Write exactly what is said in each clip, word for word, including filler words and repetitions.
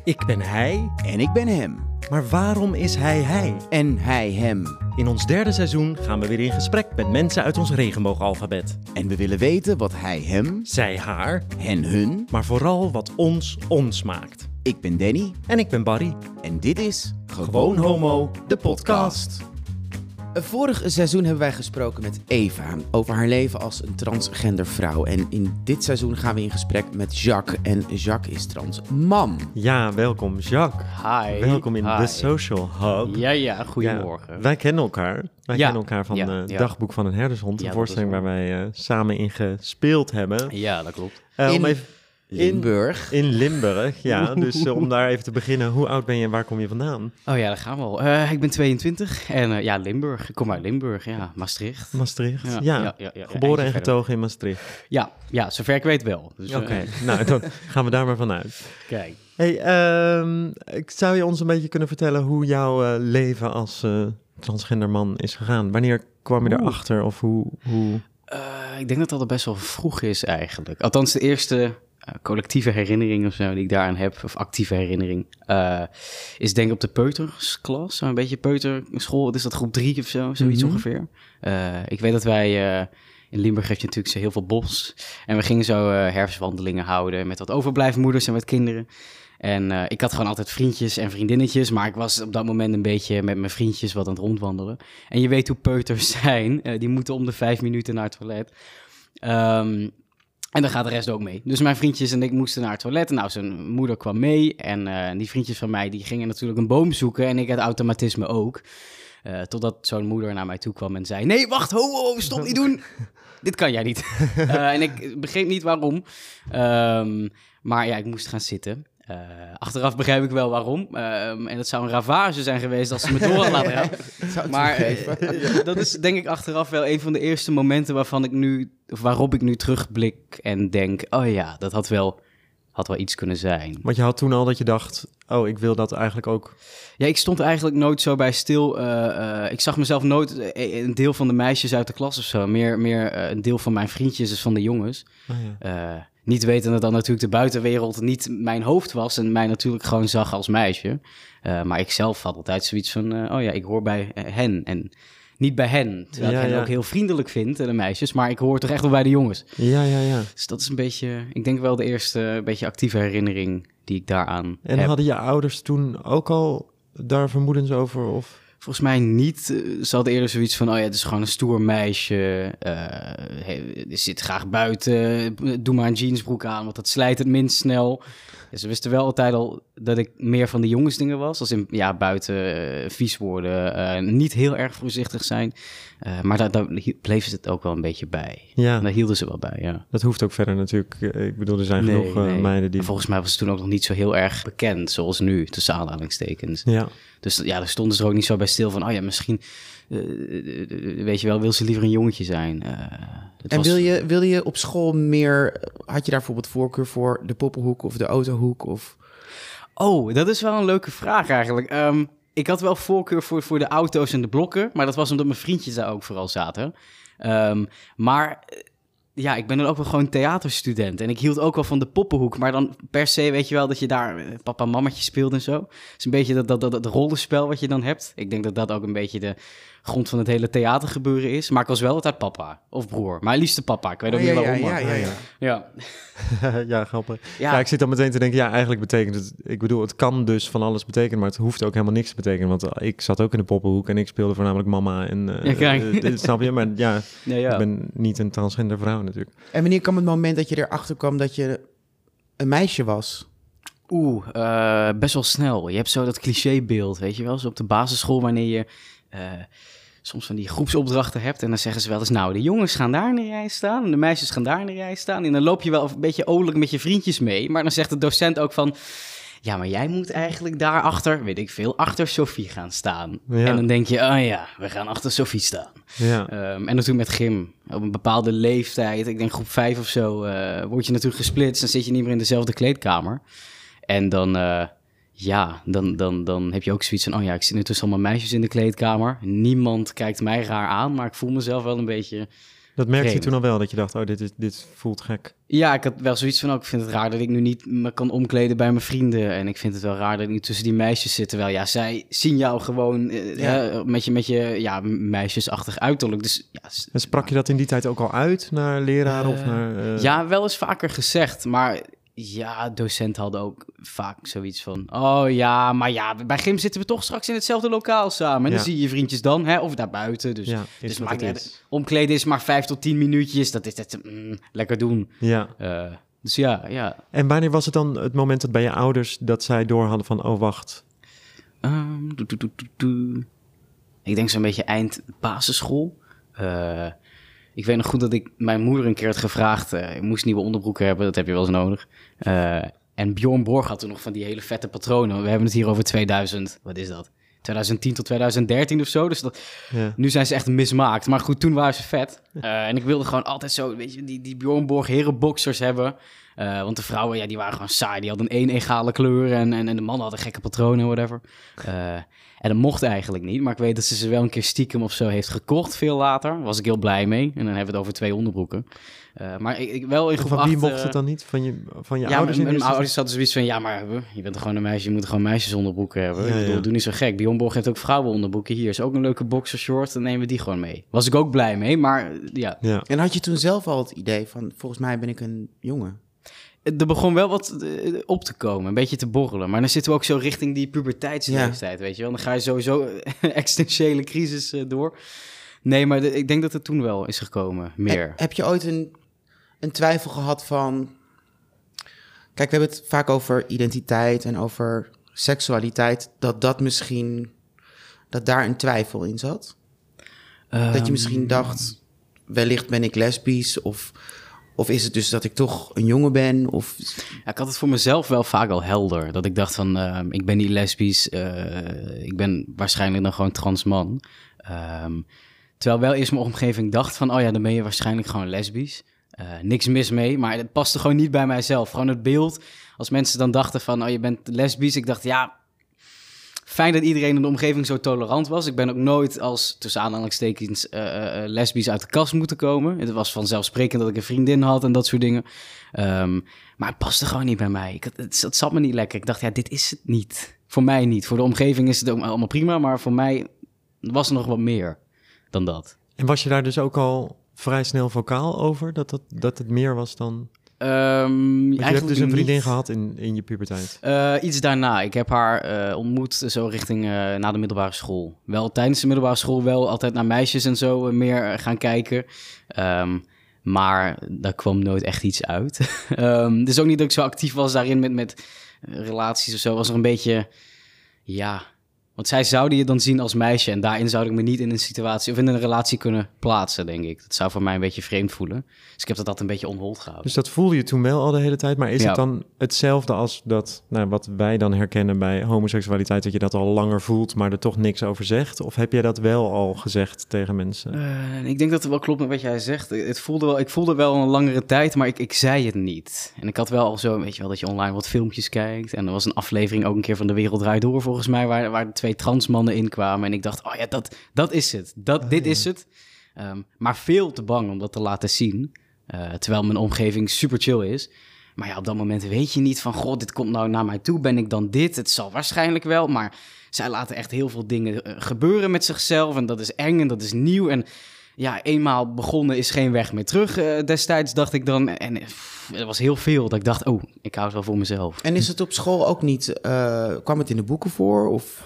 Ik ben hij. En ik ben hem. Maar waarom is hij hij? En hij hem. In ons derde seizoen gaan we weer in gesprek met mensen uit ons regenboogalfabet. En we willen weten wat hij hem, Zij haar, hen hun. maar vooral wat ons ons maakt. Ik ben Danny. En ik ben Barry. En dit is Gewoon Homo, de podcast. Vorig seizoen hebben wij gesproken met Eva over haar leven als een transgender vrouw. En in dit seizoen gaan we in gesprek met Jacques. En Jacques is trans man. Ja, welkom Jacques. Hi. Welkom in Hi. de Social Hub. Ja, ja, goedemorgen. Ja, wij kennen elkaar. Wij Ja. kennen elkaar van Ja, uh, ja. Dagboek van een Herdershond. Ja, Een dat voorstelling is waar waar. wij uh, samen in gespeeld hebben. Ja, dat klopt. Uh, om In even, Limburg. in Limburg, ja. Dus uh, om daar even te beginnen. Hoe oud ben je en waar kom je vandaan? Oh ja, daar gaan we al. Uh, ik ben tweeëntwintig en uh, ja, Limburg. Ik kom uit Limburg, ja. Maastricht. Maastricht? Ja. Ja, ja, ja, ja, Geboren eindje en verder. getogen in Maastricht. Ja, ja, zover ik weet wel. Dus, uh, Oké, nou dan gaan we daar maar vanuit. Kijk. Hey, ehm, ik zou je ons een beetje kunnen vertellen hoe jouw uh, leven als uh, transgender man is gegaan? Wanneer kwam je Oeh. erachter of hoe... hoe... Uh, ik denk dat dat al best wel vroeg is eigenlijk. Althans, de eerste uh, collectieve herinnering of zo die ik daaraan heb, of actieve herinnering, uh, is denk ik op de peutersklas. Zo'n beetje peuterschool. Wat is dat, groep drie of zo? Zoiets Mhm. ongeveer. Uh, ik weet dat wij... Uh, in Limburg heb je natuurlijk zo heel veel bos. En we gingen zo uh, herfstwandelingen houden met wat overblijfmoeders en wat kinderen. En uh, ik had gewoon altijd vriendjes en vriendinnetjes, maar ik was op dat moment een beetje met mijn vriendjes wat aan het rondwandelen. En je weet hoe peuters zijn, uh, die moeten om de vijf minuten naar het toilet. Um, en dan gaat de rest ook mee. Dus mijn vriendjes en ik moesten naar het toilet. Nou, zijn moeder kwam mee en uh, die vriendjes van mij die gingen natuurlijk een boom zoeken en ik het automatisme ook. Uh, totdat zo'n moeder naar mij toe kwam en zei, nee, wacht, ho, ho, stop, niet doen. Dit kan jij niet. uh, en ik begreep niet waarom. Um, maar ja, ik moest gaan zitten. Uh, achteraf begrijp ik wel waarom. Um, en dat zou een ravage zijn geweest als ze me door hadden laten gaan. Maar uh, dat is denk ik achteraf wel een van de eerste momenten waarvan ik nu, of waarop ik nu terugblik en denk, oh ja, dat had wel, had wel iets kunnen zijn. Want je had toen al dat je dacht, oh, ik wil dat eigenlijk ook... Ja, ik stond eigenlijk nooit zo bij stil. Uh, uh, ik zag mezelf nooit uh, een deel van de meisjes uit de klas of zo. Meer, meer uh, een deel van mijn vriendjes dus van de jongens. Oh, ja. Uh, niet wetende dat natuurlijk de buitenwereld niet mijn hoofd was en mij natuurlijk gewoon zag als meisje. Uh, maar ik zelf had altijd zoiets van, uh, oh ja, ik hoor bij uh, hen en niet bij hen. Terwijl Ja, ik hen ja. ook heel vriendelijk vind, de meisjes, maar ik hoor toch echt wel bij de jongens. Ja, ja, ja. Dus dat is een beetje, ik denk wel de eerste uh, beetje actieve herinnering die ik daaraan En heb. hadden je ouders toen ook al daar vermoedens over? Of... Volgens mij niet. Uh, Ze hadden eerder zoiets van, oh ja, het is gewoon een stoer meisje. Uh, hey, zit graag buiten. Doe maar een jeansbroek aan, want dat slijt het minst snel. Ja, ze wisten wel altijd al dat ik meer van de jongensdingen was. Als in, ja, buiten uh, vies worden. Uh, niet heel erg voorzichtig zijn. Uh, maar daar, daar bleef ze het ook wel een beetje bij. Ja, En daar hielden ze wel bij, ja. dat hoeft ook verder natuurlijk. Ik bedoel, er zijn Nee, genoeg uh, nee. meiden die... En volgens mij was het toen ook nog niet zo heel erg bekend, zoals nu, tussen aanhalingstekens. Ja. Dus ja, daar stonden ze er ook niet zo bij stil van, oh ja, misschien, uh, weet je wel, wil ze liever een jongetje zijn. Uh, het En was- wil je, wil je op school meer... Had je daar bijvoorbeeld voorkeur voor de poppenhoek of de autohoek? Of... Oh, dat is wel een leuke vraag eigenlijk. Um, ik had wel voorkeur voor, voor de auto's en de blokken, maar dat was omdat mijn vriendjes daar ook vooral zaten. Um, maar... Ja, ik ben dan ook wel gewoon theaterstudent. En ik hield ook wel van de poppenhoek. Maar dan per se weet je wel dat je daar eh, papa en mammetje speelt en zo. Het is een beetje dat, dat, dat, dat rollenspel wat je dan hebt. Ik denk dat dat ook een beetje de grond van het hele theatergebeuren is. Maar ik was wel altijd papa of broer. Maar liefst de papa. Ik weet ook Oh, niet ja, waarom. ja, maar- ja, ja, ja. ja. ja, grappig. Ja. Ja. ik zit dan meteen te denken, ja, eigenlijk betekent het... Ik bedoel, het kan dus van alles betekenen, maar het hoeft ook helemaal niks te betekenen. Want uh, ik zat ook in de poppenhoek en ik speelde voornamelijk mama en... Uh, Ja, kijk. uh, dit snap je? Maar ja, Ja, ja. ik ben niet een transgender vrouw natuurlijk. En wanneer kwam het moment dat je erachter kwam dat je een meisje was? Oeh, uh, best wel snel. Je hebt zo dat clichébeeld, weet je wel. Zo op de basisschool wanneer je uh, soms van die groepsopdrachten hebt. En dan zeggen ze wel eens, nou, de jongens gaan daar in de rij staan. En de meisjes gaan daar in de rij staan. En dan loop je wel een beetje oorlijk met je vriendjes mee. Maar dan zegt de docent ook van... Ja, maar jij moet eigenlijk daarachter, weet ik veel, achter Sophie gaan staan. Ja. En dan denk je, oh ja, we gaan achter Sophie staan. Ja, Um, en natuurlijk met gym. Op een bepaalde leeftijd, ik denk groep vijf of zo, uh, word je natuurlijk gesplitst. Dan zit je niet meer in dezelfde kleedkamer. En dan, uh, ja, dan, dan, dan heb je ook zoiets van... oh ja, ik zit nu tussen allemaal meisjes in de kleedkamer. Niemand kijkt mij raar aan, maar ik voel mezelf wel een beetje Dat merkte je vreemd. toen al wel, dat je dacht, oh, dit, is, dit voelt gek. Ja, ik had wel zoiets van, oh, ik vind het raar dat ik nu niet me kan omkleden bij mijn vrienden. En ik vind het wel raar dat ik nu tussen die meisjes zit. Terwijl, ja, zij zien jou gewoon eh, Ja. hè, met je, met je ja, meisjesachtig uiterlijk. Dus ja, s- En sprak je dat in die tijd ook al uit naar leraren of Eh, naar... eh, ja, wel eens vaker gezegd, maar ja, docenten hadden ook vaak zoiets van, oh ja, maar ja, bij gym zitten we toch straks in hetzelfde lokaal samen. En Ja. dan zie je je vriendjes dan, hè, of daarbuiten. Dus, ja, is dus wat maakt het niet is. uit. Omkleden is maar vijf tot tien minuutjes, dat is het, mm, lekker doen. Ja. Eh, dus ja, ja. En wanneer was het dan het moment dat bij je ouders dat zij door hadden van, oh wacht, Ehm, doe, doe, doe, doe, doe. Ik denk zo'n beetje eind basisschool. Eh, ik weet nog goed dat ik mijn moeder een keer had gevraagd. eh, ik moest nieuwe onderbroeken hebben, dat heb je wel eens nodig. Eh, en Bjorn Borg had toen nog van die hele vette patronen. We hebben het hier over tweeduizend, wat is dat? twintig tien tot twintig dertien of zo. Dus dat, ja. nu zijn ze echt mismaakt. Maar goed, toen waren ze vet. Eh, en ik wilde gewoon altijd zo, weet je, die, die Bjorn Borg herenboxers hebben. Eh, want de vrouwen, ja, die waren gewoon saai. Die hadden één egale kleur en, en, en de mannen hadden gekke patronen, whatever. Eh, en dat mocht eigenlijk niet. Maar ik weet dat ze ze wel een keer stiekem of zo heeft gekocht, veel later. Daar was ik heel blij mee. En dan hebben we het over twee onderbroeken. Uh, maar ik, ik wel in groep Van wie acht, mocht uh, het dan niet? Van je, van je ja, ouders? mijn, in mijn eerste ouders hadden zoiets van, ja, maar je bent gewoon een meisje, je moet gewoon meisjesonderbroeken hebben. Ja, Ik bedoel, ja. doe niet zo gek. Bjorn Borg heeft ook vrouwenonderbroeken. Hier is ook een leuke boxershort, dan nemen we die gewoon mee. Was ik ook blij mee, maar ja. Ja. En had je toen zelf al het idee van, volgens mij ben ik een jongen? Er begon wel wat uh, op te komen, een beetje te borrelen. Maar dan zitten we ook zo richting die puberteitsleeftijd, weet je wel. Dan ga je sowieso existentiële crisis uh, door. Nee, maar de, ik denk dat het toen wel is gekomen, meer. He, heb je ooit een, een twijfel gehad van... Kijk, we hebben het vaak over identiteit en over seksualiteit. Dat dat misschien... Dat daar een twijfel in zat? Um, dat je misschien dacht, wellicht ben ik lesbisch of... Of is het dus dat ik toch een jongen ben? Of... Ja, ik had het voor mezelf wel vaak al helder. Dat ik dacht van, uh, ik ben niet lesbisch. Uh, ik ben waarschijnlijk dan gewoon trans man. Um, terwijl wel eerst mijn omgeving dacht van... oh ja, dan ben je waarschijnlijk gewoon lesbisch. Uh, niks mis mee, maar het paste gewoon niet bij mijzelf. Gewoon het beeld. Als mensen dan dachten van, oh je bent lesbisch. Ik dacht, ja... Fijn dat iedereen in de omgeving zo tolerant was. Ik ben ook nooit als, tussen aanhalingstekens, uh, uh, lesbisch uit de kast moeten komen. Het was vanzelfsprekend dat ik een vriendin had en dat soort dingen. Um, maar het paste gewoon niet bij mij. Ik, het, het zat me niet lekker. Ik dacht, ja, dit is het niet. Voor mij niet. Voor de omgeving is het ook allemaal prima. Maar voor mij was er nog wat meer dan dat. En was je daar dus ook al vrij snel vocaal over? Dat, dat, dat het meer was dan... Um, je hebt dus een vriendin niet. gehad in, in je puberteit? Uh, iets daarna. Ik heb haar uh, ontmoet zo richting uh, na de middelbare school. Wel tijdens de middelbare school wel altijd naar meisjes en zo uh, meer gaan kijken. Um, maar daar kwam nooit echt iets uit. um, het is ook niet dat ik zo actief was daarin met, met relaties of zo. Was er een beetje, ja... Want zij zouden je dan zien als meisje en daarin zou ik me niet in een situatie of in een relatie kunnen plaatsen, denk ik. Dat zou voor mij een beetje vreemd voelen. Dus ik heb dat altijd een beetje onhold gehouden. Dus dat voelde je toen wel al de hele tijd, maar is ja. het dan hetzelfde als dat, nou, wat wij dan herkennen bij homoseksualiteit, dat je dat al langer voelt, maar er toch niks over zegt? Of heb jij dat wel al gezegd tegen mensen? Uh, ik denk dat het wel klopt met wat jij zegt. Het voelde wel, ik voelde wel een langere tijd, maar ik, ik zei het niet. En ik had wel al zo, weet je wel, dat je online wat filmpjes kijkt. En er was een aflevering ook een keer van De Wereld Draait Door, volgens mij, waar, waar de twee transmannen inkwamen. En ik dacht, oh ja, dat, dat is het. Dat, oh, dit ja. is het. Um, maar veel te bang om dat te laten zien. Uh, terwijl mijn omgeving super chill is. Maar ja, op dat moment weet je niet van... God, dit komt nou naar mij toe. Ben ik dan dit? Het zal waarschijnlijk wel. Maar zij laten echt heel veel dingen uh, gebeuren met zichzelf. En dat is eng en dat is nieuw. En ja, eenmaal begonnen is geen weg meer terug. Uh, destijds dacht ik dan... En pff, er was heel veel dat ik dacht... Oh, ik hou het wel voor mezelf. En is het op school ook niet... Uh, kwam het in de boeken voor? Of...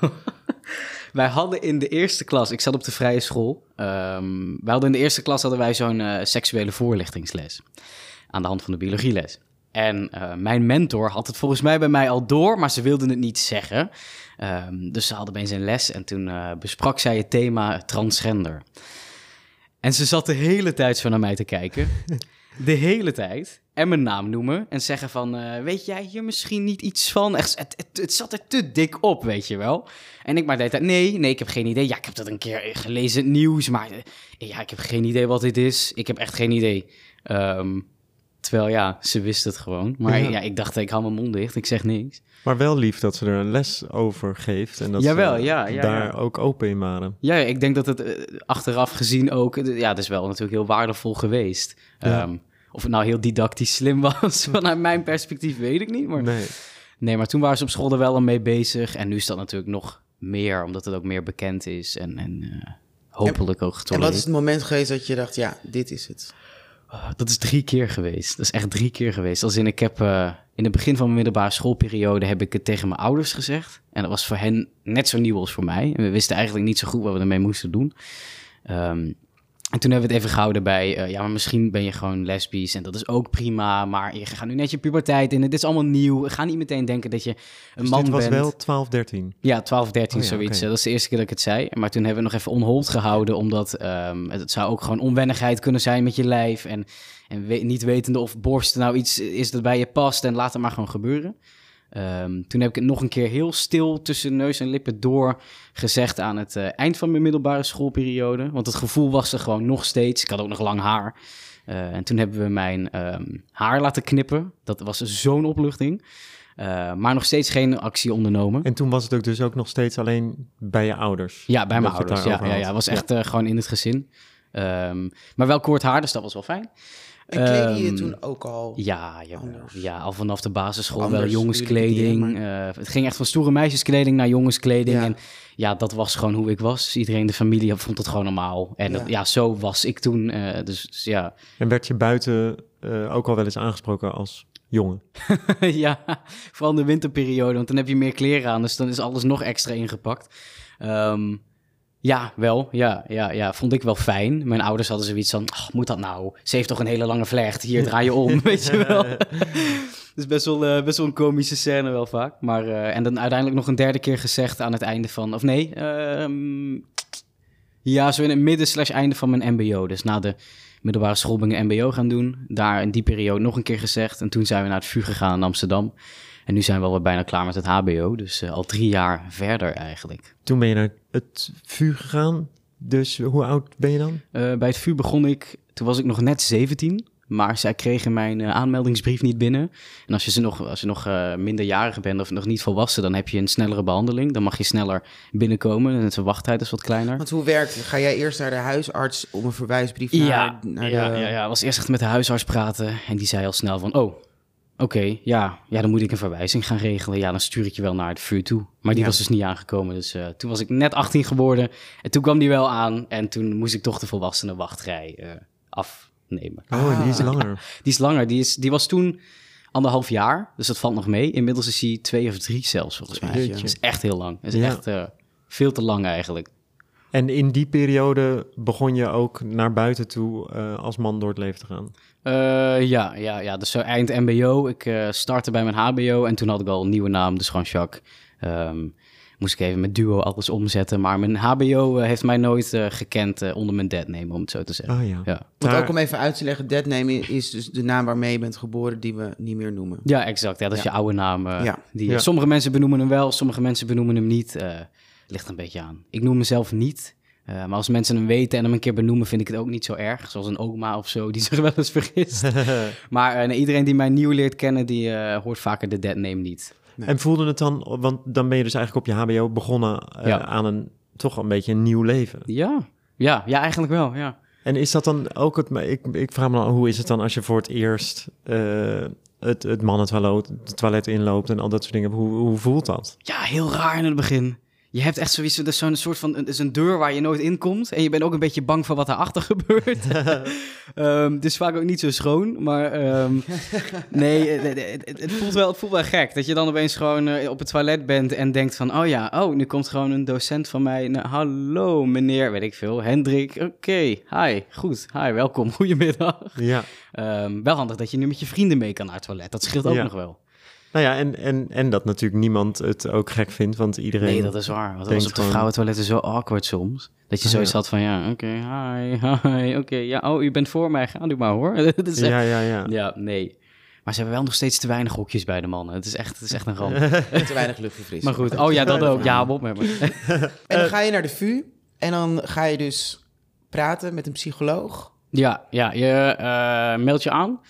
Wij hadden in de eerste klas... Ik zat op de vrije school. Um, wij hadden in de eerste klas hadden wij zo'n uh, seksuele voorlichtingsles. Aan de hand van de biologieles. En uh, mijn mentor had het volgens mij bij mij al door... maar ze wilden het niet zeggen. Um, dus ze hadden opeens een les... en toen uh, besprak zij het thema transgender. En ze zat de hele tijd zo naar mij te kijken. De hele tijd. En mijn naam noemen. En zeggen van, uh, weet jij hier misschien niet iets van? Echt, het, het, het zat er te dik op, weet je wel. En ik maar de hele tijd, nee, nee, ik heb geen idee. Ja, ik heb dat een keer gelezen in het nieuws. Maar uh, ja, ik heb geen idee wat dit is. Ik heb echt geen idee. Um, Terwijl ja, ze wist het gewoon. Maar Ja. ja, ik dacht, ik hou mijn mond dicht, ik zeg niks. Maar wel lief dat ze er een les over geeft. En dat Jawel, ze ja, ja, daar ja. ook open in waren. Ja, ja, ik denk dat het uh, achteraf gezien ook... Uh, ja, het is wel natuurlijk heel waardevol geweest. Ja. Um, of het nou heel didactisch slim was, vanuit mijn perspectief weet ik niet. Maar... Nee. nee, maar toen waren ze op school er wel al mee bezig. En nu is dat natuurlijk nog meer, omdat het ook meer bekend is. En, en uh, hopelijk ook En getolereerd. wat is het moment geweest dat je dacht, ja, dit is het? Uh, dat is drie keer geweest. Dat is echt drie keer geweest. Als in, ik heb uh, in het begin van mijn middelbare schoolperiode heb ik het tegen mijn ouders gezegd. En dat was voor hen net zo nieuw als voor mij. En we wisten eigenlijk niet zo goed wat we ermee moesten doen. Um, en toen hebben we het even gehouden bij... Uh, ja, maar misschien ben je gewoon lesbisch en dat is ook prima. Maar je gaat nu net je puberteit in en dit is allemaal nieuw. Ga niet meteen denken dat je een Dus man dit was bent. wel twaalf, dertien? Ja, twaalf, dertien, Oh ja, zoiets. okay. Dat is de eerste keer dat ik het zei. Maar toen hebben we nog even on hold gehouden, omdat um, het zou ook gewoon onwennigheid kunnen zijn met je lijf. En, en we, niet wetende of borsten nou iets is dat bij je past en laat het maar gewoon gebeuren. Um, toen heb ik het nog een keer heel stil tussen neus en lippen door gezegd aan het uh, eind van mijn middelbare schoolperiode. Want het gevoel was er gewoon nog steeds. Ik had ook nog lang haar. Uh, en toen hebben we mijn um, haar laten knippen. Dat was zo'n opluchting. Uh, maar nog steeds geen actie ondernomen. En toen was het ook dus ook nog steeds alleen bij je ouders? Ja, bij mijn dat je het ouders. Ja, daarover ja, ja, had. was echt Ja. uh, gewoon in het gezin. Um, maar wel kort haar, dus dat was wel fijn. En kleedde je je Um, toen ook al? Ja, ja, Anders. ja, al vanaf de basisschool Anders wel natuurlijk jongenskleding. niet, Uh, het ging echt van stoere meisjeskleding naar jongenskleding. Ja. En ja, dat was gewoon hoe ik was. Dus iedereen in de familie vond het gewoon normaal. En Ja. ja, ja zo was ik toen. Uh, dus, dus ja. En werd je buiten uh, ook al wel eens aangesproken als jongen? Ja, vooral in de winterperiode, want dan heb je meer kleren aan. Dus dan is alles nog extra ingepakt. Um, Ja, wel. Ja, ja, ja, vond ik wel fijn. Mijn ouders hadden zoiets van, oh, moet dat nou? Ze heeft toch een hele lange vlecht. Hier, draai je om, weet je wel. Dus best wel, uh, best wel een komische scène wel vaak. Maar, uh, en dan uiteindelijk nog een derde keer gezegd aan het einde van... Of nee, uh, ja, zo in het midden slash einde van mijn mbo. Dus na de middelbare school ben ik een mbo gaan doen. Daar in die periode nog een keer gezegd. En toen zijn we naar het V U gegaan in Amsterdam. En nu zijn we alweer bijna klaar met het hbo. Dus uh, al drie jaar verder eigenlijk. Toen ben je naar het V U gegaan. Dus hoe oud ben je dan? Uh, bij het V U begon ik, toen was ik nog net zeventien. Maar zij kregen mijn uh, aanmeldingsbrief niet binnen. En als je, ze nog, als je nog uh, minderjarig bent of nog niet volwassen... dan heb je een snellere behandeling. Dan mag je sneller binnenkomen. En de wachttijd is wat kleiner. Want hoe werkt het? Ga jij eerst naar de huisarts om een verwijsbrief naar, Ja, naar ja, de... ja, ja, was eerst echt met de huisarts praten. En die zei al snel van... oh, oké, okay, ja, ja, dan moet ik een verwijzing gaan regelen. Ja, dan stuur ik je wel naar het V U toe. Maar die Ja. was dus niet aangekomen. Dus uh, toen was ik net achttien geworden. En toen kwam die wel aan. En toen moest ik toch de volwassenen wachtrij uh, afnemen. Oh, en die is Ah. langer. Die is langer. Die, is, die was toen anderhalf jaar. Dus dat valt nog mee. Inmiddels is hij twee of drie zelfs, volgens mij. Jeetje. Dat is echt heel lang. Dat is Ja. echt uh, veel te lang eigenlijk. En in die periode begon je ook naar buiten toe uh, als man door het leven te gaan? Uh, ja, ja, ja, dus zo eind mbo. Ik uh, startte bij mijn hbo en toen had ik al een nieuwe naam, dus gewoon Jacques. Um, moest ik even met Duo alles omzetten. Maar mijn hbo uh, heeft mij nooit uh, gekend uh, onder mijn deadname, om het zo te zeggen. Oh ja. Ja, Want Maar- ook om even uit te leggen, deadname is dus de naam waarmee je bent geboren... die we niet meer noemen. ja exact. Ja, dat is Ja. je oude naam. Uh, Ja. Die, Ja. Sommige mensen benoemen hem wel, sommige mensen benoemen hem niet. Uh, ligt een beetje aan. Ik noem mezelf niet. Uh, maar als mensen hem weten en hem een keer benoemen, vind ik het ook niet zo erg. Zoals een oma of zo, die zich wel eens vergist. Maar uh, nee, iedereen die mij nieuw leert kennen, die uh, hoort vaker de deadname niet. Nee. En voelde het dan, want dan ben je dus eigenlijk op je hbo begonnen uh, Ja. aan een toch een beetje een nieuw leven. Ja, ja, ja eigenlijk wel, ja. En is dat dan ook het, ik, ik vraag me dan, hoe is het dan als je voor het eerst uh, het, het mannentoilet het toilet inloopt en al dat soort dingen, hoe, hoe voelt dat? Ja, heel raar in het begin. Je hebt echt zoiets, dat is zo'n soort van, het is een deur waar je nooit in komt. En je bent ook een beetje bang voor wat daarachter gebeurt. um, het is vaak ook niet zo schoon, maar um, nee, het, het, het, voelt wel, het voelt wel gek. Dat je dan opeens gewoon uh, op het toilet bent en denkt van, oh ja, oh, nu komt gewoon een docent van mij. Nou, hallo meneer, weet ik veel, Hendrik. Oké, okay, hi, goed, hi, welkom, goedemiddag. Ja. Um, wel handig dat je nu met je vrienden mee kan naar het toilet. Dat scheelt ook Ja. nog wel. Nou ja, en, en, en dat natuurlijk niemand het ook gek vindt, want iedereen... Nee, dat is waar. Want dat denkt was op de gewoon- vrouwentoiletten zo awkward soms. Dat je Ah, zoiets ja. had van, ja, oké, okay, hi, hi, oké, okay, ja, oh, u bent voor mij, ga nu maar hoor. Dat is echt- Ja, ja, ja. ja, nee. Maar ze hebben wel nog steeds te weinig hokjes bij de mannen. Het is echt, het is echt een ramp. Te weinig luchtverfrissing. Maar goed, oh ja, dat ook. Ja, op met me. En dan ga je naar de V U en dan ga je dus praten met een psycholoog. Ja, ja, je uh, meldt je aan.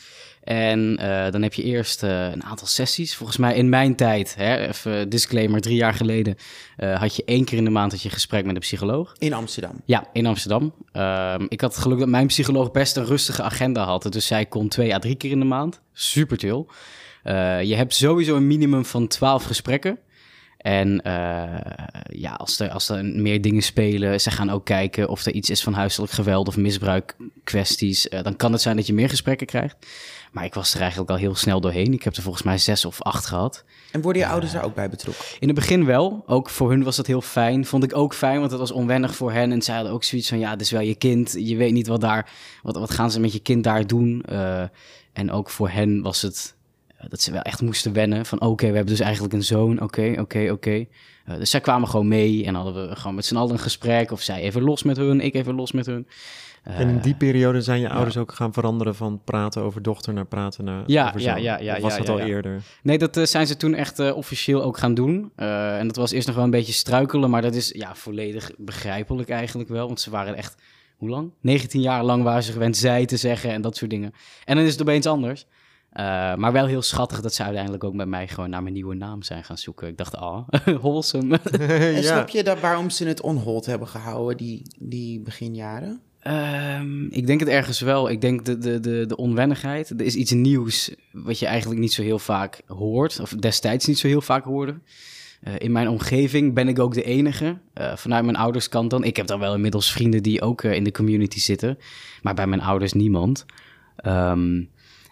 En uh, dan heb je eerst uh, een aantal sessies. Volgens mij in mijn tijd, hè, even disclaimer, drie jaar geleden... Uh, had je één keer in de maand dat je gesprek met een psycholoog. In Amsterdam? Ja, in Amsterdam. Uh, ik had het geluk dat mijn psycholoog best een rustige agenda had. Dus zij kon twee à drie keer in de maand. Super chill. Uh, je hebt sowieso een minimum van twaalf gesprekken. En uh, ja, als er, als er meer dingen spelen, ze gaan ook kijken of er iets is van huiselijk geweld of misbruik kwesties. Uh, dan kan het zijn dat je meer gesprekken krijgt. Maar ik was er eigenlijk al heel snel doorheen. Ik heb er volgens mij zes of acht gehad. En worden je ouders daar ook bij betrokken? In het begin wel. Ook voor hun was dat heel fijn. Vond ik ook fijn, want het was onwennig voor hen. En zij hadden ook zoiets van, ja, dit is wel je kind. Je weet niet wat daar, wat, wat gaan ze met je kind daar doen. Uh, en ook voor hen was het... dat ze wel echt moesten wennen van oké, okay, we hebben dus eigenlijk een zoon, oké, okay, oké, okay, oké. Okay. Uh, dus zij kwamen gewoon mee en hadden we gewoon met z'n allen een gesprek. Of zij even los met hun, ik even los met hun. Uh, en in die periode zijn je ja. ouders ook gaan veranderen van praten over dochter naar praten naar ja, over ja, zoon? ja, ja, of was ja, dat ja, al ja. eerder? Nee, dat uh, zijn ze toen echt uh, officieel ook gaan doen. Uh, en dat was eerst nog wel een beetje struikelen, maar dat is ja volledig begrijpelijk eigenlijk wel. Want ze waren echt, hoe lang? negentien jaar lang waren ze gewend zij te zeggen en dat soort dingen. En dan is het opeens anders. Uh, maar wel heel schattig dat ze uiteindelijk ook met mij gewoon naar mijn nieuwe naam zijn gaan zoeken. Ik dacht, ah, wholesome. En ja. snap je dat waarom ze het on-hold hebben gehouden, die, die beginjaren? Um, ik denk het ergens wel. Ik denk de, de, de, de onwennigheid. Er is iets nieuws wat je eigenlijk niet zo heel vaak hoort. Of destijds niet zo heel vaak hoorde. Uh, in mijn omgeving ben ik ook de enige. Uh, vanuit mijn ouders kant dan. Ik heb dan wel inmiddels vrienden die ook uh, in de community zitten. Maar bij mijn ouders niemand. Um,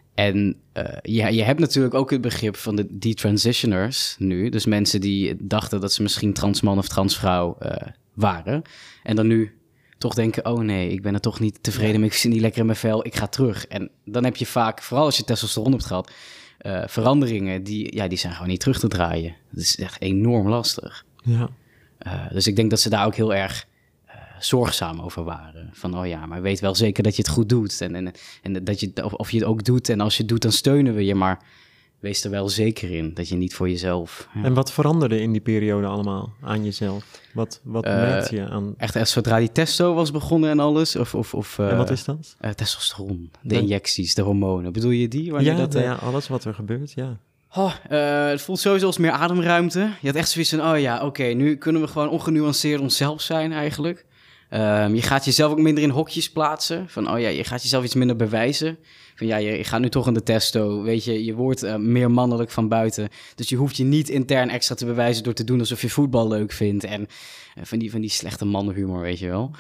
En uh, ja, je hebt natuurlijk ook het begrip van de detransitioners nu. Dus mensen die dachten dat ze misschien transman of transvrouw uh, waren. En dan nu toch denken, oh nee, ik ben er toch niet tevreden Ja. mee. Ik zit niet lekker in mijn vel, ik ga terug. En dan heb je vaak, vooral als je testosteron hebt gehad... Uh, veranderingen, die, ja, die zijn gewoon niet terug te draaien. Dat is echt enorm lastig. Ja. Uh, dus ik denk dat ze daar ook heel erg... zorgzaam over waren. Van, oh ja, maar weet wel zeker dat je het goed doet. En, en, en dat je, of, of je het ook doet. En als je het doet, dan steunen we je. Maar wees er wel zeker in dat je niet voor jezelf... Ja. En wat veranderde in die periode allemaal aan jezelf? Wat, wat Uh, merkte je aan... Echt, echt zodra die testo was begonnen en alles. Of, of, of, uh, en wat is dat? Uh, testosteron, de Ja. injecties, de hormonen. Bedoel je die? Wanneer Ja, dat, uh, ja, alles wat er gebeurt, ja. Oh, uh, het voelt sowieso als meer ademruimte. Je had echt zoiets van, oh ja, oké, okay, nu kunnen we gewoon ongenuanceerd onszelf zijn eigenlijk. Um, je gaat jezelf ook minder in hokjes plaatsen. Van, oh ja, je gaat jezelf iets minder bewijzen. Van, ja, je, je gaat nu toch in de testo, weet je. Je wordt uh, meer mannelijk van buiten. Dus je hoeft je niet intern extra te bewijzen door te doen alsof je voetbal leuk vindt. En uh, van, die, van die slechte mannenhumor, weet je wel.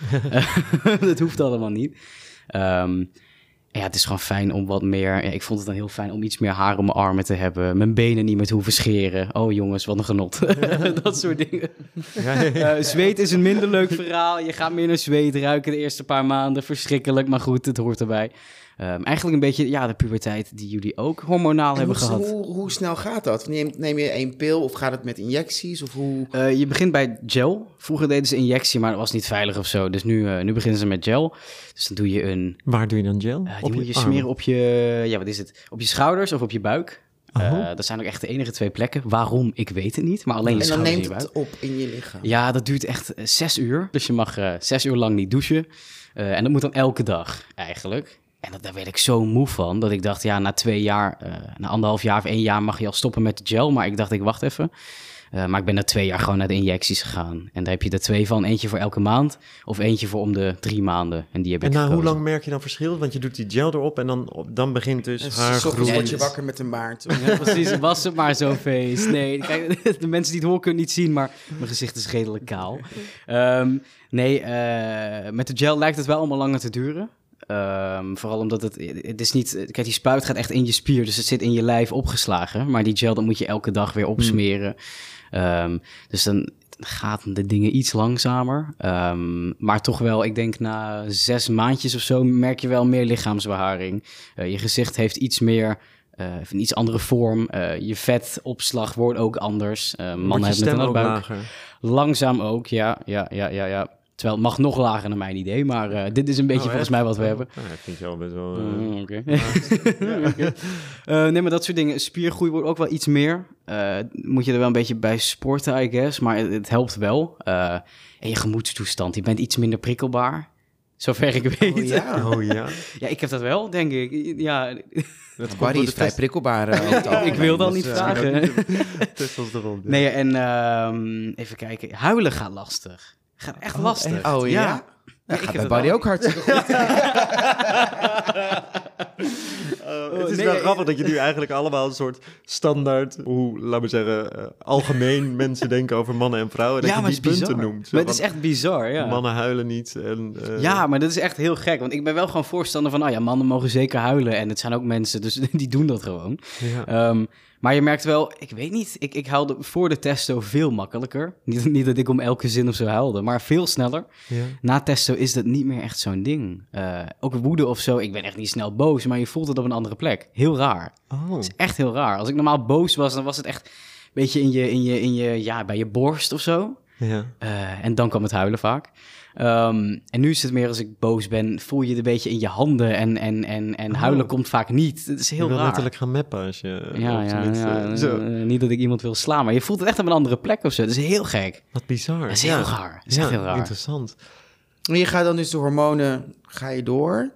Dat hoeft allemaal niet. Um, ja, het is gewoon fijn om wat meer... Ja, ik vond het dan heel fijn om iets meer haar om mijn armen te hebben. Mijn benen niet meer te hoeven scheren. Oh jongens, wat een genot. Dat soort dingen. Ja, ja, ja. Uh, zweet is een minder leuk verhaal. Je gaat meer naar zweet ruiken de eerste paar maanden. Verschrikkelijk, maar goed, het hoort erbij. Um, eigenlijk een beetje ja, de puberteit die jullie ook hormonaal En hebben hoe, gehad. Hoe, hoe snel gaat dat? Neem, neem je één pil of gaat het met injecties? Of hoe... Uh, je begint bij gel. Vroeger deden ze injectie, maar dat was niet veilig of zo. Dus nu, uh, nu beginnen ze met gel. Dus dan doe je een... Waar doe je dan gel? Uh, die op moet je arm? smeren op je... Ja, wat is het? Op je schouders of op je buik. Oh. Uh, dat zijn ook echt de enige twee plekken. Waarom? Ik weet het niet. Maar alleen je En dan schouders en neemt je het buik. op in je lichaam. Ja, dat duurt echt uh, zes uur. Dus je mag uh, zes uur lang niet douchen. Uh, en dat moet dan elke dag eigenlijk. En dat, daar werd ik zo moe van, dat ik dacht, ja, na twee jaar, uh, na anderhalf jaar of één jaar mag je al stoppen met de gel. Maar ik dacht, ik wacht even. Uh, maar ik ben na twee jaar gewoon naar de injecties gegaan. En daar heb je er twee van. Eentje voor elke maand of eentje voor om de drie maanden. En die heb En ik na hoe gekozen. lang merk je dan verschil? Want je doet die gel erop en dan, op- dan begint dus En haar s ochtends groei. word je wakker met een baard. Ja, precies. Was het maar zo'n feest. Nee, kijk, de mensen die het horen kunnen het niet zien, maar mijn gezicht is redelijk kaal. Um, nee, uh, met de gel lijkt het wel allemaal langer te duren. Um, vooral omdat het, het is niet... Kijk, die spuit gaat echt in je spier, dus het zit in je lijf opgeslagen. Maar die gel, dat moet je elke dag weer opsmeren. Um, dus dan gaan de dingen iets langzamer. Um, maar toch wel, ik denk na zes maandjes of zo merk je wel meer lichaamsbeharing. Uh, je gezicht heeft iets meer... Uh, een iets andere vorm. Uh, je vetopslag wordt ook anders. Uh, Wordt mannen je hebben stem het ook buik. lager? Langzaam ook, ja, ja, ja, ja, ja. Terwijl het mag nog lager naar mijn idee, maar uh, dit is een beetje Oh, volgens echt? mij wat we Oh, hebben. Nou, dat vind je wel best wel... uh, Mm, Oké. Okay. uh, nee, maar dat soort dingen. Spiergroei wordt ook wel iets meer. Uh, moet je er wel een beetje bij sporten, I guess. Maar het, het helpt wel. Uh, en je gemoedstoestand. Je bent iets minder prikkelbaar. Zover ik weet. Oh, ja. Oh ja. Ja, ik heb dat wel, denk ik. Ja, Dat Barry is vrij prikkelbaar. Uh, over het ik algemeen, wil dan dus, niet uh, vragen. Testosteron. Nee, en ehm, even kijken. Huilen gaat lastig. Gaat echt Oh, lastig. echt? Oh ja? Ja. Dat ik gaat heb bij het Barry wel. ook hartstikke goed. Uh, het is nee, wel ja, grappig dat je nu eigenlijk allemaal een soort standaard, hoe, laten we zeggen, uh, algemeen mensen denken over mannen en vrouwen. Dat Ja, je maar die het is punten bizar. noemt. Zo Maar het is van, echt bizar, ja. mannen huilen niet. En, uh, Ja, maar dat is echt heel gek. Want ik ben wel gewoon voorstander van... oh ja, mannen mogen zeker huilen. En het zijn ook mensen, dus die doen dat gewoon. Ja. Um, maar je merkt wel... Ik weet niet, ik, ik huilde voor de testo veel makkelijker. Niet, niet dat ik om elke zin of zo huilde, maar veel sneller. Ja. Na testo is dat niet meer echt zo'n ding. Uh, ook woede of zo. Ik ben echt niet snel boos, maar je voelt het op een andere plek. Heel raar. Oh. Het is echt heel raar. Als ik normaal boos was, dan was het echt... een beetje in je, in je, in je, ja, bij je borst of zo. Ja. Uh, en dan kwam het huilen vaak. Um, en nu is het meer als ik boos ben, voel je het een beetje in je handen. En, en, en, en Oh. huilen komt vaak niet. Het is heel je wil raar. letterlijk gaan meppen als je... Ja, of ja, tenminste, ja zo. uh, niet dat ik iemand wil slaan, maar je voelt het echt op een andere plek of zo. Het is heel gek. Wat bizar. Dat is ja. heel raar. Dat is ja, echt heel raar. Interessant. Maar je gaat dan dus de hormonen, ga je door.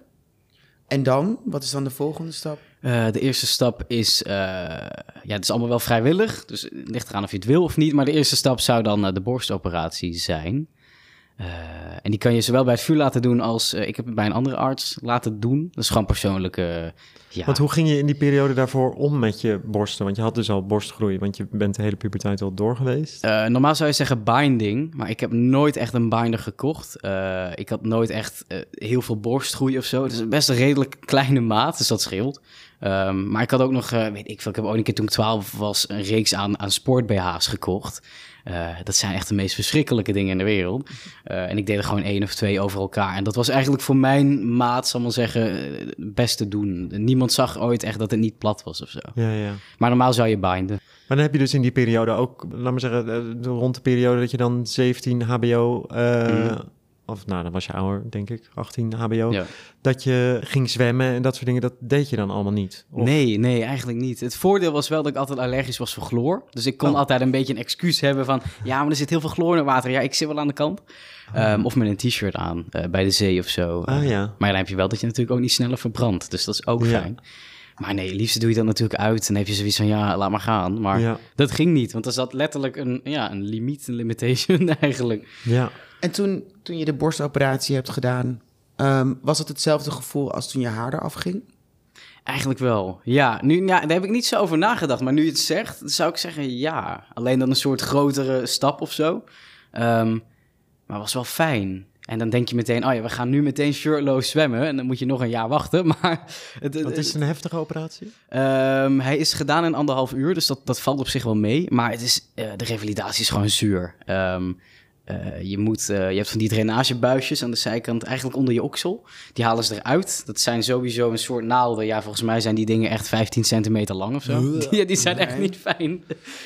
En dan? Wat is dan de volgende stap? Uh, de eerste stap is, uh, ja, het is allemaal wel vrijwillig. Dus het ligt eraan of je het wil of niet. Maar de eerste stap zou dan uh, de borstoperatie zijn. Uh, en die kan je zowel bij het vuur laten doen als... Uh, ik heb het bij een andere arts laten doen. Dat is gewoon persoonlijk... Uh, ja. Want hoe ging je in die periode daarvoor om met je borsten? Want je had dus al borstgroei, want je bent de hele puberteit al door geweest. Uh, normaal zou je zeggen binding, maar ik heb nooit echt een binder gekocht. Uh, ik had nooit echt uh, heel veel borstgroei of zo. Het is best een redelijk kleine maat, dus dat scheelt. Um, maar ik had ook nog, uh, weet ik veel, ik heb ook een keer toen ik twaalf was... een reeks aan, aan sport-B H's gekocht. Uh, dat zijn echt de meest verschrikkelijke dingen in de wereld. Uh, en ik deed er gewoon één of twee over elkaar. En dat was eigenlijk voor mijn maat, zal ik maar zeggen, het beste doen. Niemand zag ooit echt dat het niet plat was of zo. Ja, ja. Maar normaal zou je binden. Maar dan heb je dus in die periode ook, laat maar zeggen, rond de periode dat je dan zeventien H B O... Uh, mm. Of nou, dan was je ouder, denk ik, achttien H B O. Ja. Dat je ging zwemmen en dat soort dingen, dat deed je dan allemaal niet? Of? Nee, nee, eigenlijk niet. Het voordeel was wel dat ik altijd allergisch was voor chloor. Dus ik kon oh. altijd een beetje een excuus hebben van... ja, maar er zit heel veel chloor in het water. Ja, ik zit wel aan de kant. Oh. Um, of met een t-shirt aan, uh, bij de zee of zo. Ah, uh, ja. Maar dan heb je wel dat je natuurlijk ook niet sneller verbrandt. Dus dat is ook ja. fijn. Maar nee, liefst doe je dat natuurlijk uit. En dan heb je zoiets van, ja, laat maar gaan. Maar ja. dat ging niet, want er zat letterlijk een, ja, een limiet, een limitation eigenlijk. Ja. En toen, toen je de borstoperatie hebt gedaan, um, was het hetzelfde gevoel als toen je haar eraf ging? Eigenlijk wel, ja. Nu, ja. Daar heb ik niet zo over nagedacht, maar nu je het zegt, zou ik zeggen ja. Alleen dan een soort grotere stap of zo. Um, maar het was wel fijn. En dan denk je meteen, oh ja, we gaan nu meteen shirtloos zwemmen. En dan moet je nog een jaar wachten, maar... Het, Wat is het een heftige operatie? Um, hij is gedaan in anderhalf uur, dus dat, dat valt op zich wel mee. Maar het is, uh, de revalidatie is gewoon zuur. Um, Uh, je, moet, uh, je hebt van die drainagebuisjes aan de zijkant, eigenlijk onder je oksel. Die halen ze eruit. Dat zijn sowieso een soort naalden. Ja, volgens mij zijn die dingen echt vijftien centimeter lang of zo. Ja, die zijn nee. echt niet fijn.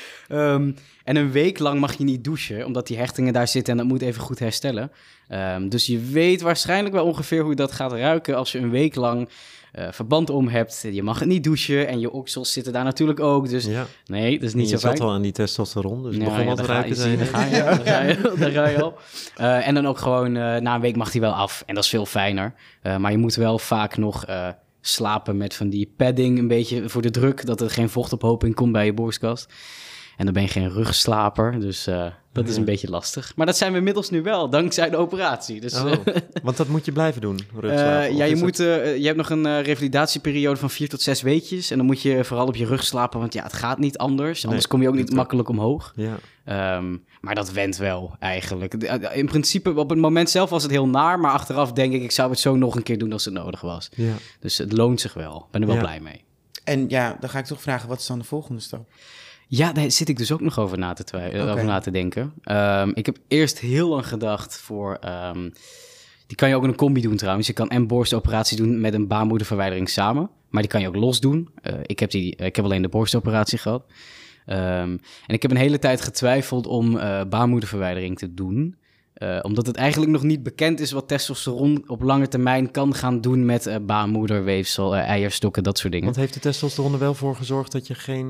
Um, en een week lang mag je niet douchen, omdat die hechtingen daar zitten en dat moet even goed herstellen. Um, dus je weet waarschijnlijk wel ongeveer hoe dat gaat ruiken als je een week lang uh, verband om hebt. Je mag het niet douchen en je oksels zitten daar natuurlijk ook. Dus ja. nee, dat is niet je zo fijn. Je zat al aan die testosteron, dus het ja, begon ja, al te ruiken zijn. Daar ga je, daar ga je, daar ga je al. Uh, en dan ook gewoon, uh, na een week mag die wel af. En dat is veel fijner. Uh, maar je moet wel vaak nog... Uh, slapen met van die padding, een beetje voor de druk, dat er geen vochtophoping komt bij je borstkast. En dan ben je geen rugslaper, dus uh, dat ja. is een beetje lastig. Maar dat zijn we inmiddels nu wel, dankzij de operatie. Dus, oh, want dat moet je blijven doen, rugslapen? Uh, ja, je, moet, uh, je hebt nog een uh, revalidatieperiode van vier tot zes weekjes. En dan moet je vooral op je rug slapen, want ja, het gaat niet anders. Anders nee, kom je ook niet makkelijk omhoog. Ja. Um, maar dat went wel, eigenlijk. In principe, op het moment zelf was het heel naar, maar achteraf denk ik, ik zou het zo nog een keer doen als het nodig was. Ja. Dus het loont zich wel. Ik ben er wel ja. blij mee. En ja, dan ga ik toch vragen, wat is dan de volgende stap? Ja, daar zit ik dus ook nog over na te, twi- okay. over na te denken. Um, ik heb eerst heel lang gedacht voor... Um, die kan je ook in een combi doen trouwens. Je kan en borstoperatie doen met een baarmoederverwijdering samen. Maar die kan je ook los doen. Uh, ik, heb die, ik heb alleen de borstoperatie gehad. Um, en ik heb een hele tijd getwijfeld om uh, baarmoederverwijdering te doen. Uh, omdat het eigenlijk nog niet bekend is wat testosteron op lange termijn kan gaan doen met uh, baarmoederweefsel, uh, eierstokken, dat soort dingen. Want heeft de testosteron er wel voor gezorgd dat je geen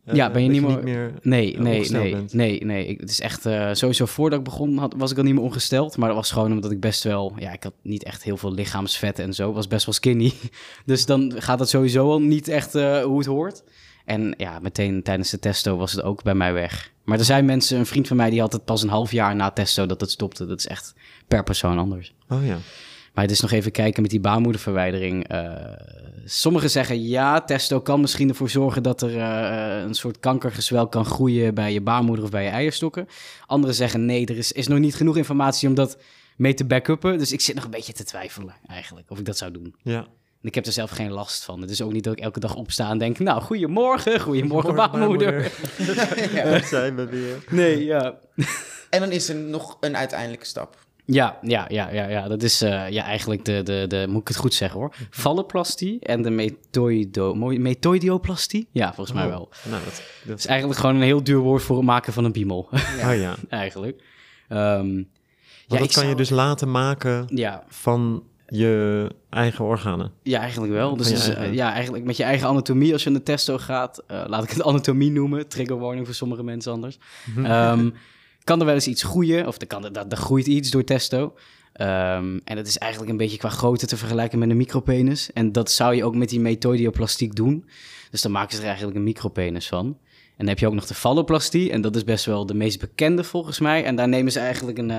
Uh, ja, ben je dat niet, je meer... niet meer Nee, uh, nee, ongesteld nee, bent? nee, nee. Ik, het is echt uh, sowieso voordat ik begon had, was ik al niet meer ongesteld. Maar dat was gewoon omdat ik best wel... Ja, ik had niet echt heel veel lichaamsvet en zo. Was best wel skinny. Dus dan gaat het sowieso al niet echt uh, hoe het hoort. En ja, meteen tijdens de testo was het ook bij mij weg. Maar er zijn mensen, een vriend van mij, die had het pas een half jaar na testo dat het stopte. Dat is echt per persoon anders. Oh ja. Maar het is nog even kijken met die baarmoederverwijdering. Uh, sommigen zeggen ja, testo kan misschien ervoor zorgen dat er uh, een soort kankergezwel kan groeien bij je baarmoeder of bij je eierstokken. Anderen zeggen nee, er is, is nog niet genoeg informatie om dat mee te backuppen. Dus ik zit nog een beetje te twijfelen eigenlijk of ik dat zou doen. Ja. En ik heb er zelf geen last van. Het is ook niet dat ik elke dag opsta en denk... nou, goedemorgen, goedemorgen, baarmoeder. Ja, daar zijn we weer. Nee, ja. En dan is er nog een uiteindelijke stap. Ja, ja, ja, ja, ja. Dat is uh, ja, eigenlijk de, de, de... Moet ik het goed zeggen, hoor? Falloplastie en de metoido, metoidioplastie. Ja, volgens mij Oh, wel. Nou, dat, dat is eigenlijk gewoon een heel duur woord voor het maken van een piemel. Ja. Oh ja. Eigenlijk. Um, ja, dat kan zou... je dus laten maken ja. van je eigen organen. Ja, eigenlijk wel. Dus, dus eigen... uh, ja, eigenlijk met je eigen anatomie, als je een testo gaat, uh, laat ik het anatomie noemen, trigger warning voor sommige mensen anders. um, kan er wel eens iets groeien, of er, kan, er, er groeit iets door testo. Um, en dat is eigenlijk een beetje qua grootte te vergelijken met een micropenis. En dat zou je ook met die metoidioplastiek doen. Dus dan maken ze er eigenlijk een micropenis van. En dan heb je ook nog de falloplastie. En dat is best wel de meest bekende volgens mij. En daar nemen ze eigenlijk een... Uh,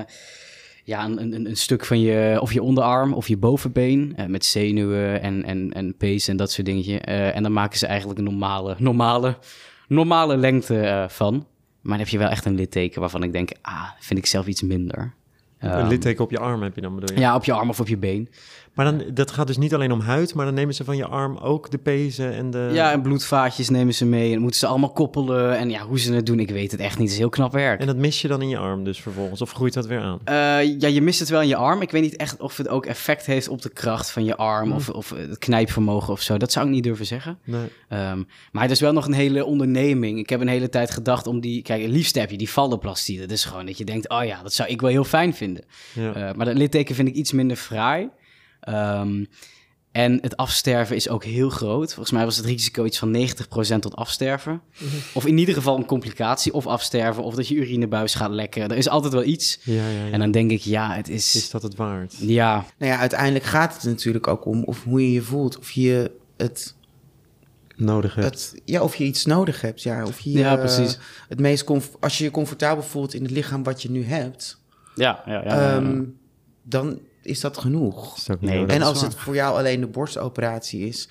Ja, een, een, een stuk van je, of je onderarm of je bovenbeen, uh, met zenuwen en, en, en pees en dat soort dingetje. Uh, en dan maken ze eigenlijk een normale, normale, normale lengte uh, van. Maar dan heb je wel echt een litteken waarvan ik denk, ah, vind ik zelf iets minder. Um, een litteken op je arm heb je dan, bedoel je? Ja, op je arm of op je been. Maar dan, dat gaat dus niet alleen om huid, maar dan nemen ze van je arm ook de pezen en de... Ja, en bloedvaatjes nemen ze mee en moeten ze allemaal koppelen. En ja, hoe ze het doen, ik weet het echt niet. Het is heel knap werk. En dat mis je dan in je arm dus vervolgens, of groeit dat weer aan? Uh, ja, je mist het wel in je arm. Ik weet niet echt of het ook effect heeft op de kracht van je arm... Mm. of, of het knijpvermogen of zo. Dat zou ik niet durven zeggen. Nee. Um, maar het is wel nog een hele onderneming. Ik heb een hele tijd gedacht om die... Kijk, het liefst heb je die falloplastie. Dat is gewoon dat je denkt, oh ja, dat zou ik wel heel fijn vinden. Ja. Uh, maar dat litteken vind ik iets minder fraai. Um, en het afsterven is ook heel groot. Volgens mij was het risico iets van negentig procent tot afsterven. Mm-hmm. Of in ieder geval een complicatie, of afsterven... of dat je urinebuis gaat lekken. Er is altijd wel iets. Ja, ja, ja. En dan denk ik, ja, het is... Is dat het waard? Ja. Nou ja, uiteindelijk gaat het natuurlijk ook om of hoe je je voelt. Of je het... nodig hebt. Het, ja, of je iets nodig hebt. Ja, of je ja, precies. Uh, het meest comf- als je je comfortabel voelt in het lichaam wat je nu hebt... Ja, ja, ja. ja, ja. Um, dan... is dat genoeg. Is dat nee, en als het voor jou alleen de borstoperatie is,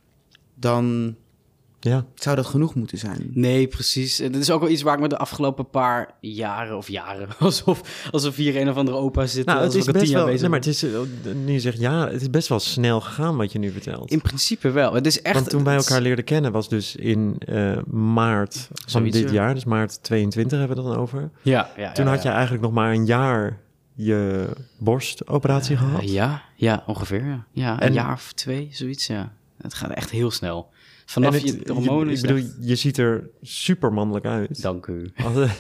dan ja. zou dat genoeg moeten zijn. Nee, precies. Dat is ook wel iets waar ik me de afgelopen paar jaren of jaren, alsof, alsof hier een of andere opa zit. Nou, het is best wel, nee, maar het is, nu je zegt ja, het is best wel snel gegaan wat je nu vertelt. In principe wel. Het is echt. Want toen wij elkaar leerden kennen was dus in uh, maart van Zoiets, dit jaar, dus maart tweeëntwintig hebben we het dan over. Ja, ja. Toen ja, had ja. je eigenlijk nog maar een jaar je borstoperatie uh, gehad? Ja, ja, ongeveer. Ja, ja en, een jaar of twee, zoiets, ja. Het gaat echt heel snel. Vanaf het, je de hormonen... Je, ik bedoel, echt... je ziet er super mannelijk uit. Dank u.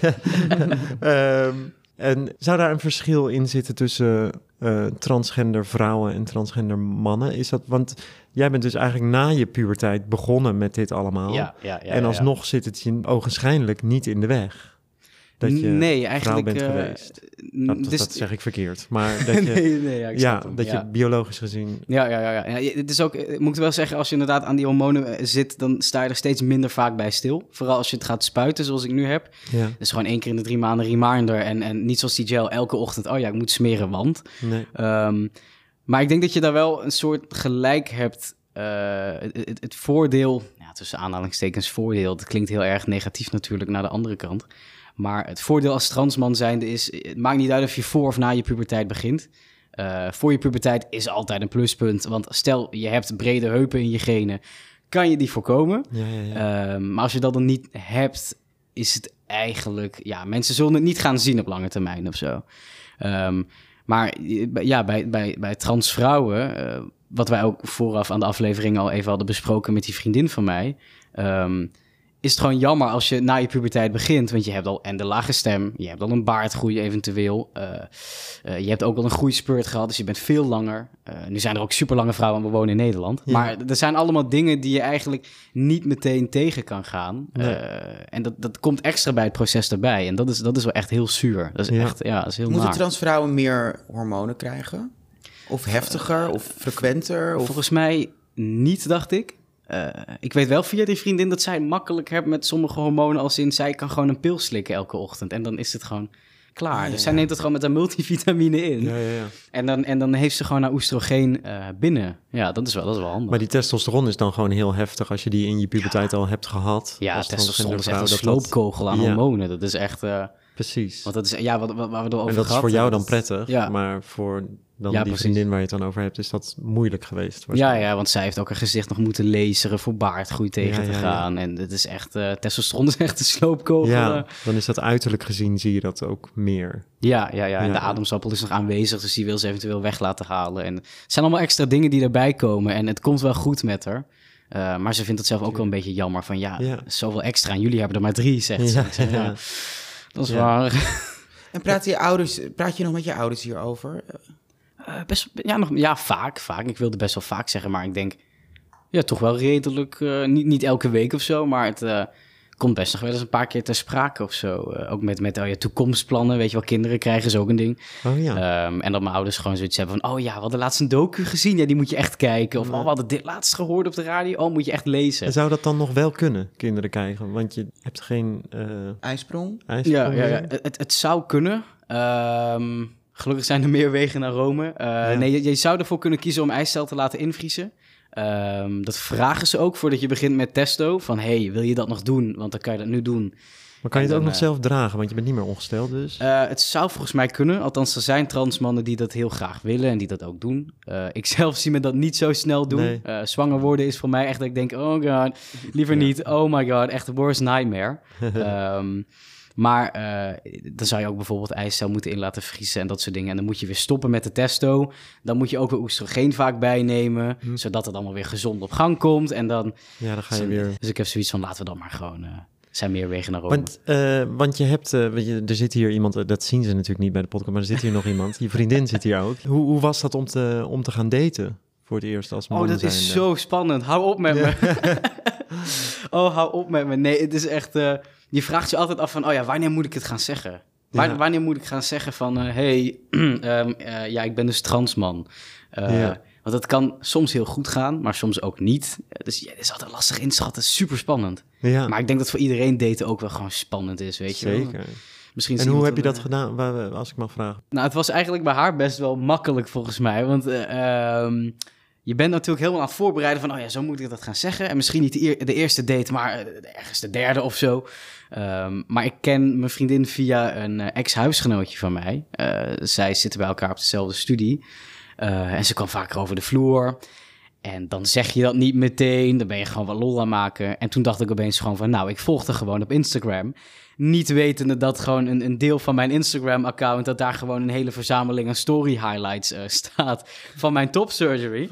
um, en zou daar een verschil in zitten tussen uh, transgender vrouwen en transgender mannen? Is dat, want jij bent dus eigenlijk na je puberteit begonnen met dit allemaal. Ja, ja, ja. En alsnog ja. zit het je ogenschijnlijk niet in de weg. Dat je nee, eigenlijk, vrouw bent uh, geweest. Dat, dus, dat zeg ik verkeerd. Maar dat je, nee, nee, ja, ik ja, hem. dat ja. je biologisch gezien... Ja, ja, ja, ja. ja het is ook, ik moet wel zeggen, als je inderdaad aan die hormonen zit, dan sta je er steeds minder vaak bij stil. Vooral als je het gaat spuiten, zoals ik nu heb. Ja. Dus gewoon één keer in de drie maanden reminder. En, en niet zoals die gel elke ochtend, oh ja, ik moet smeren, want... Nee. Um, maar ik denk dat je daar wel een soort gelijk hebt... Uh, het, het, het voordeel, ja, tussen aanhalingstekens voordeel... dat klinkt heel erg negatief natuurlijk naar de andere kant... Maar het voordeel als transman zijnde is... het maakt niet uit of je voor of na je puberteit begint. Uh, voor je puberteit is altijd een pluspunt. Want stel, je hebt brede heupen in je genen... kan je die voorkomen. Ja, ja, ja. Uh, maar als je dat dan niet hebt... is het eigenlijk... ja, mensen zullen het niet gaan zien op lange termijn of zo. Um, maar ja, bij, bij, bij transvrouwen... Uh, wat wij ook vooraf aan de aflevering al even hadden besproken... met die vriendin van mij... Um, is het gewoon jammer als je na je puberteit begint. Want je hebt al en de lage stem, je hebt al een baardgroei eventueel. Uh, uh, je hebt ook al een groeispurt gehad, dus je bent veel langer. Uh, nu zijn er ook super lange vrouwen, we wonen in Nederland. Ja. Maar er zijn allemaal dingen die je eigenlijk niet meteen tegen kan gaan. Nee. Uh, en dat, dat komt extra bij het proces erbij. En dat is, dat is wel echt heel zuur. Dat is ja. echt, ja, dat is heel Moeten naar. transvrouwen meer hormonen krijgen? Of heftiger, of frequenter? Of... Volgens mij niet, dacht ik. Uh, ik weet wel via die vriendin dat zij het makkelijk heeft met sommige hormonen. Als in, zij kan gewoon een pil slikken elke ochtend. En dan is het gewoon klaar. Ah, ja, dus zij ja. neemt het gewoon met een multivitamine in. Ja, ja, ja. En, dan, en dan heeft ze gewoon haar oestrogeen uh, binnen. Ja, dat is, wel, dat is wel handig. Maar die testosteron is dan gewoon heel heftig als je die in je puberteit ja. al hebt gehad. Ja, testosteron is echt een sloopkogel aan ja. hormonen. Dat is echt... Uh, Precies. Want dat is, ja, wat, wat, waar we het over En dat gehad, is voor jou dat, dan prettig, ja. maar voor dan ja, die precies. vriendin waar je het dan over hebt, is dat moeilijk geweest. Ja, ja, want zij heeft ook haar gezicht nog moeten laseren voor baardgroei tegen ja, te ja, gaan. Ja. En het is echt, uh, testosteron is echt een sloopkogel. Ja, dan is dat uiterlijk gezien, zie je dat ook meer. Ja, ja, ja. En ja. de ademsappel is nog aanwezig, dus die wil ze eventueel weg laten halen. En het zijn allemaal extra dingen die erbij komen en het komt wel goed met haar. Uh, maar ze vindt het zelf ook wel een beetje jammer van, ja, ja. zoveel extra en jullie hebben er maar drie, zegt ze. Ja, zeg, ja. ja. Dat is ja. waar. En praat je, ouders, praat je nog met je ouders hierover? Uh, best, ja, nog, ja, vaak, vaak. Ik wilde best wel vaak zeggen, maar ik denk... Ja, toch wel redelijk... Uh, niet, niet elke week of zo, maar het uh, komt best nog wel eens een paar keer ter sprake of zo. Uh, ook met, met oh ja, toekomstplannen, weet je wel, kinderen krijgen is ook een ding. Oh ja. Um, en dat mijn ouders gewoon zoiets hebben van... Oh ja, we hadden laatst een docu gezien, ja, die moet je echt kijken. Of ja. oh, we hadden dit laatst gehoord op de radio, oh, moet je echt lezen. En zou dat dan nog wel kunnen, kinderen krijgen? Want je hebt geen... Uh, ijsprong? ijsprong ja, ja, ja. Het, het zou kunnen... Um, gelukkig zijn er meer wegen naar Rome. Uh, ja. Nee, je, je zou ervoor kunnen kiezen om ijscel te laten invriezen. Um, dat vragen ze ook voordat je begint met testo. Van, hey, wil je dat nog doen? Want dan kan je dat nu doen. Maar kan je en het dan, ook nog uh, zelf dragen? Want je bent niet meer ongesteld dus. Uh, het zou volgens mij kunnen. Althans, er zijn transmannen die dat heel graag willen en die dat ook doen. Uh, ik zelf zie me dat niet zo snel doen. Nee. Uh, zwanger worden is voor mij echt dat ik denk... Oh god, liever ja. niet. Oh my god, echt de worst nightmare. um, Maar uh, dan zou je ook bijvoorbeeld ijscel moeten in laten vriezen en dat soort dingen. En dan moet je weer stoppen met de testo. Dan moet je ook weer oestrogeen vaak bijnemen, hm. zodat het allemaal weer gezond op gang komt. En dan... Ja, dan ga je zo, weer... Dus ik heb zoiets van, laten we dan maar gewoon... Uh, zijn meer wegen naar Rome. Want, uh, want je hebt... Uh, weet je, er zit hier iemand... Uh, dat zien ze natuurlijk niet bij de podcast, maar er zit hier nog iemand. Je vriendin zit hier ook. Hoe, hoe was dat om te, om te gaan daten? Voor het eerst als man Oh, dat zijn, is uh... zo spannend. Hou op met ja. me. Oh, hou op met me. Nee, het is echt... Uh, je vraagt je altijd af van... Oh ja, wanneer moet ik het gaan zeggen? Waar, ja. Wanneer moet ik gaan zeggen van... Uh, hey, um, uh, ja, ik ben dus transman. Uh, ja. Want het kan soms heel goed gaan, maar soms ook niet. Dus ja, het is altijd lastig inschatten. Super spannend. Ja. Maar ik denk dat voor iedereen daten ook wel gewoon spannend is, weet je wel. Zeker. Misschien en hoe heb je dat uh, gedaan, als ik mag vragen? Nou, het was eigenlijk bij haar best wel makkelijk volgens mij. Want uh, um, je bent natuurlijk helemaal aan het voorbereiden van... oh ja, zo moet ik dat gaan zeggen. En misschien niet de, eer, de eerste date, maar ergens de derde of zo. Um, maar ik ken mijn vriendin via een uh, ex-huisgenootje van mij. Uh, zij zitten bij elkaar op dezelfde studie. Uh, en ze kwam vaker over de vloer. En dan zeg je dat niet meteen. Dan ben je gewoon wat lol aan maken. En toen dacht ik opeens gewoon van... nou, ik volgde gewoon op Instagram. Niet wetende dat gewoon een, een deel van mijn Instagram-account... dat daar gewoon een hele verzameling aan story-highlights uh, staat... van mijn top-surgery.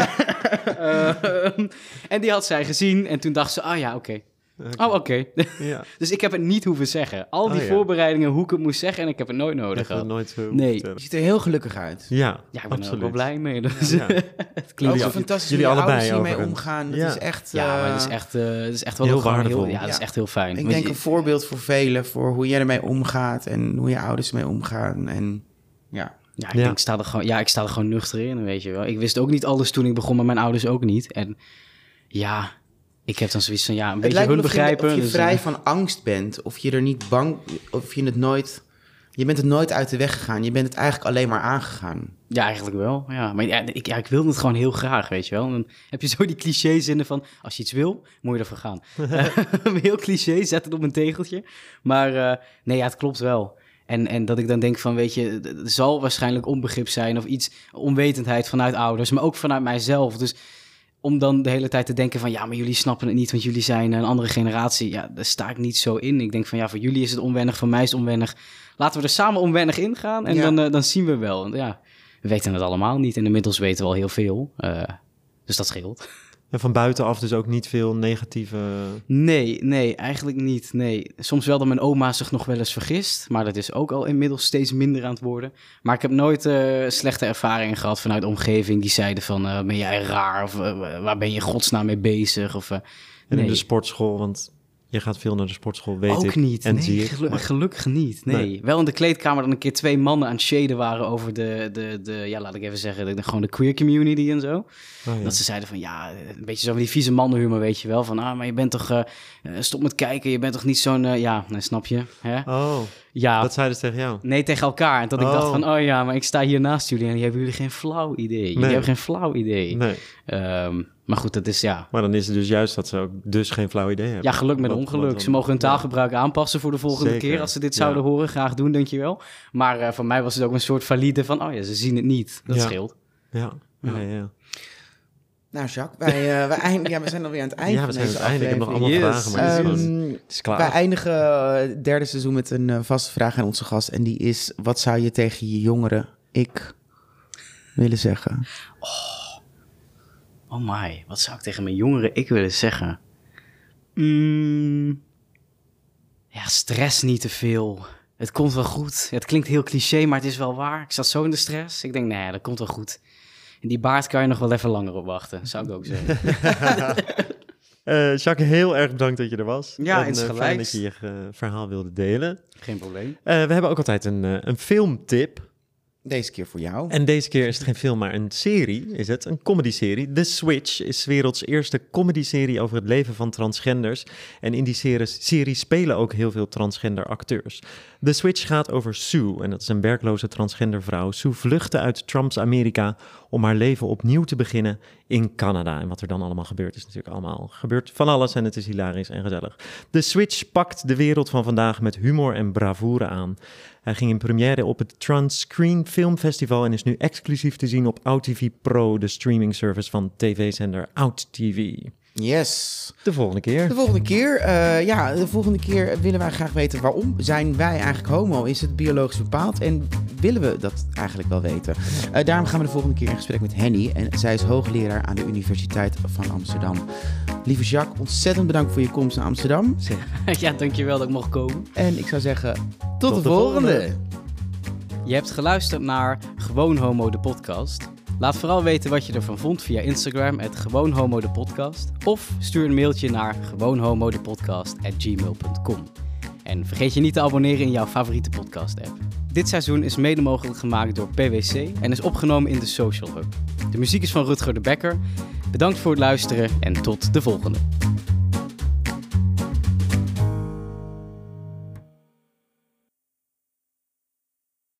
uh, en die had zij gezien. En toen dacht ze, ah oh, ja, oké. Okay. Okay. Oh, oké. Okay. Ja. Dus ik heb het niet hoeven zeggen. Al die oh, ja. voorbereidingen, hoe ik het moest zeggen... en ik heb het nooit nodig gehad. Nooit zo nee. Je ziet er heel gelukkig uit. Ja, ja ik ben er ook wel blij mee. Dus. Ja. Het klinkt ook fantastisch. Jullie allebei hiermee omgaan. Dat ja. is echt... Ja, uh, maar het is echt, uh, het is echt wel heel waardevol. Heel, ja, dat is echt heel fijn. Ik denk je, een voorbeeld voor velen... voor hoe jij ermee omgaat... en hoe je ouders ermee omgaan. En ja... Ja, ik, ja. Denk, ik sta er gewoon, ja, ik sta er gewoon nuchter in, weet je wel. Ik wist ook niet alles toen ik begon, maar mijn ouders ook niet. En ja... Ik heb dan zoiets van, ja, een beetje hun begrijpen. Of je dus vrij uh... van angst bent, of je er niet bang... of je het nooit... Je bent het nooit uit de weg gegaan. Je bent het eigenlijk alleen maar aangegaan. Ja, eigenlijk wel. Ja. Maar ja, ik, ja, ik wilde het gewoon heel graag, weet je wel. En dan heb je zo die cliché-zinnen van... als je iets wil, moet je ervoor gaan. Heel cliché, zet het op een tegeltje. Maar uh, nee, ja, het klopt wel. En, en dat ik dan denk van, weet je... er zal waarschijnlijk onbegrip zijn... of iets onwetendheid vanuit ouders... maar ook vanuit mijzelf. Dus... om dan de hele tijd te denken van... ja, maar jullie snappen het niet, want jullie zijn een andere generatie. Ja, daar sta ik niet zo in. Ik denk van, ja, voor jullie is het onwennig, voor mij is het onwennig. Laten we er samen onwennig in gaan en ja. dan, uh, dan zien we wel. Ja, we weten het allemaal niet en inmiddels weten we al heel veel. Uh, dus dat scheelt. En van buitenaf dus ook niet veel negatieve... Nee, nee, eigenlijk niet. Nee. Soms wel dat mijn oma zich nog wel eens vergist. Maar dat is ook al inmiddels steeds minder aan het worden. Maar ik heb nooit uh, slechte ervaringen gehad vanuit de omgeving. Die zeiden van, uh, ben jij raar? Of uh, waar ben je in godsnaam mee bezig? Of, uh, En nee. in de sportschool, want je gaat veel naar de sportschool, weet ook ik. niet. En Nee, zie ik. gelu- Maar- gelukkig niet. Nee. Nee. Wel in de kleedkamer dan een keer twee mannen aan het shaden waren over de, de, de ja, laat ik even zeggen, de, de, gewoon de queer community en zo. Oh, ja. Dat ze zeiden van, ja, een beetje zo van die vieze mannenhumor, weet je wel. Van, ah, maar je bent toch, uh, stop met kijken, je bent toch niet zo'n, uh, ja, nee, snap je? Hè? Oh, Ja, dat zeiden ze tegen jou. nee, tegen elkaar. En dat ik Oh. dacht van, oh ja, maar ik sta hier naast jullie en die hebben jullie geen flauw idee. Jullie Nee. hebben geen flauw idee. Nee, Um, maar goed, dat is, ja, maar dan is het dus juist dat ze ook dus geen flauw idee hebben. ja, geluk met Wat- ongeluk. wat dan- Ze mogen hun ja. taalgebruik aanpassen voor de volgende Zeker, keer. Als ze dit ja. zouden horen, graag doen, dankjewel. Maar uh, voor mij was het ook een soort valide van, oh ja, ze zien het niet. Dat Ja. scheelt. Ja, ja, Ja. ja. Nou, Jacques, wij, uh, wij, eind- ja, we zijn alweer aan het eind Ja, van we zijn deze aan het einde. Ik heb nog aflevering. allemaal Yes. vragen, maar het is, Ehm, gewoon- het is klaar. Wij eindigen uh, het derde seizoen met een uh, vaste vraag aan onze gast. En die is, wat zou je tegen je jongere ik willen zeggen? Oh my, wat zou ik tegen mijn jongeren ik willen zeggen? Mm, ja, stress niet te veel. Het komt wel goed. Het klinkt heel cliché, maar het is wel waar. Ik zat zo in de stress. Ik denk, nee, dat komt wel goed. En die baard kan je nog wel even langer op wachten, zou ik ook zeggen. Eh, Jacques, heel erg bedankt dat je er was. Ja, en, eh, insgelijks. fijn dat je je eh, verhaal wilde delen. Geen probleem. Eh, we hebben ook altijd een, eh, een filmtip. Deze keer voor jou. En deze keer is het geen film, maar een serie, is het? Een comedyserie. The Switch is 's werelds eerste comedyserie over het leven van transgenders. En in die serie, serie spelen ook heel veel transgender acteurs. The Switch gaat over Sue, en dat is een werkloze transgender vrouw. Sue vluchtte uit Trumps Amerika om haar leven opnieuw te beginnen in Canada. En wat er dan allemaal gebeurt, is natuurlijk allemaal gebeurt van alles en het is hilarisch en gezellig. The Switch pakt de wereld van vandaag met humor en bravoure aan. Hij ging in première op het Trans Screen Film Festival en is nu exclusief te zien op OutTV Pro, de streaming service van tv-zender OutTV. Yes. De volgende keer. De volgende keer, uh, ja, de volgende keer willen wij graag weten waarom zijn wij eigenlijk homo? Is het biologisch bepaald? En willen we dat eigenlijk wel weten? Uh, daarom gaan we de volgende keer in gesprek met Henny. En zij is hoogleraar aan de Universiteit van Amsterdam. Lieve Jacques, ontzettend bedankt voor je komst naar Amsterdam. Ja, dankjewel dat ik mocht komen. En ik zou zeggen, tot, Tot de, de volgende. volgende. Je hebt geluisterd naar Gewoon Homo de podcast. Laat vooral weten wat je ervan vond via Instagram, at Gewoon Homo de podcast. Of stuur een mailtje naar gewoonhomodepodcast at gmail dot com. En vergeet je niet te abonneren in jouw favoriete podcast app. Dit seizoen is mede mogelijk gemaakt door P W C en is opgenomen in de Social Hub. De muziek is van Rutger de Bekker. Bedankt voor het luisteren en tot de volgende.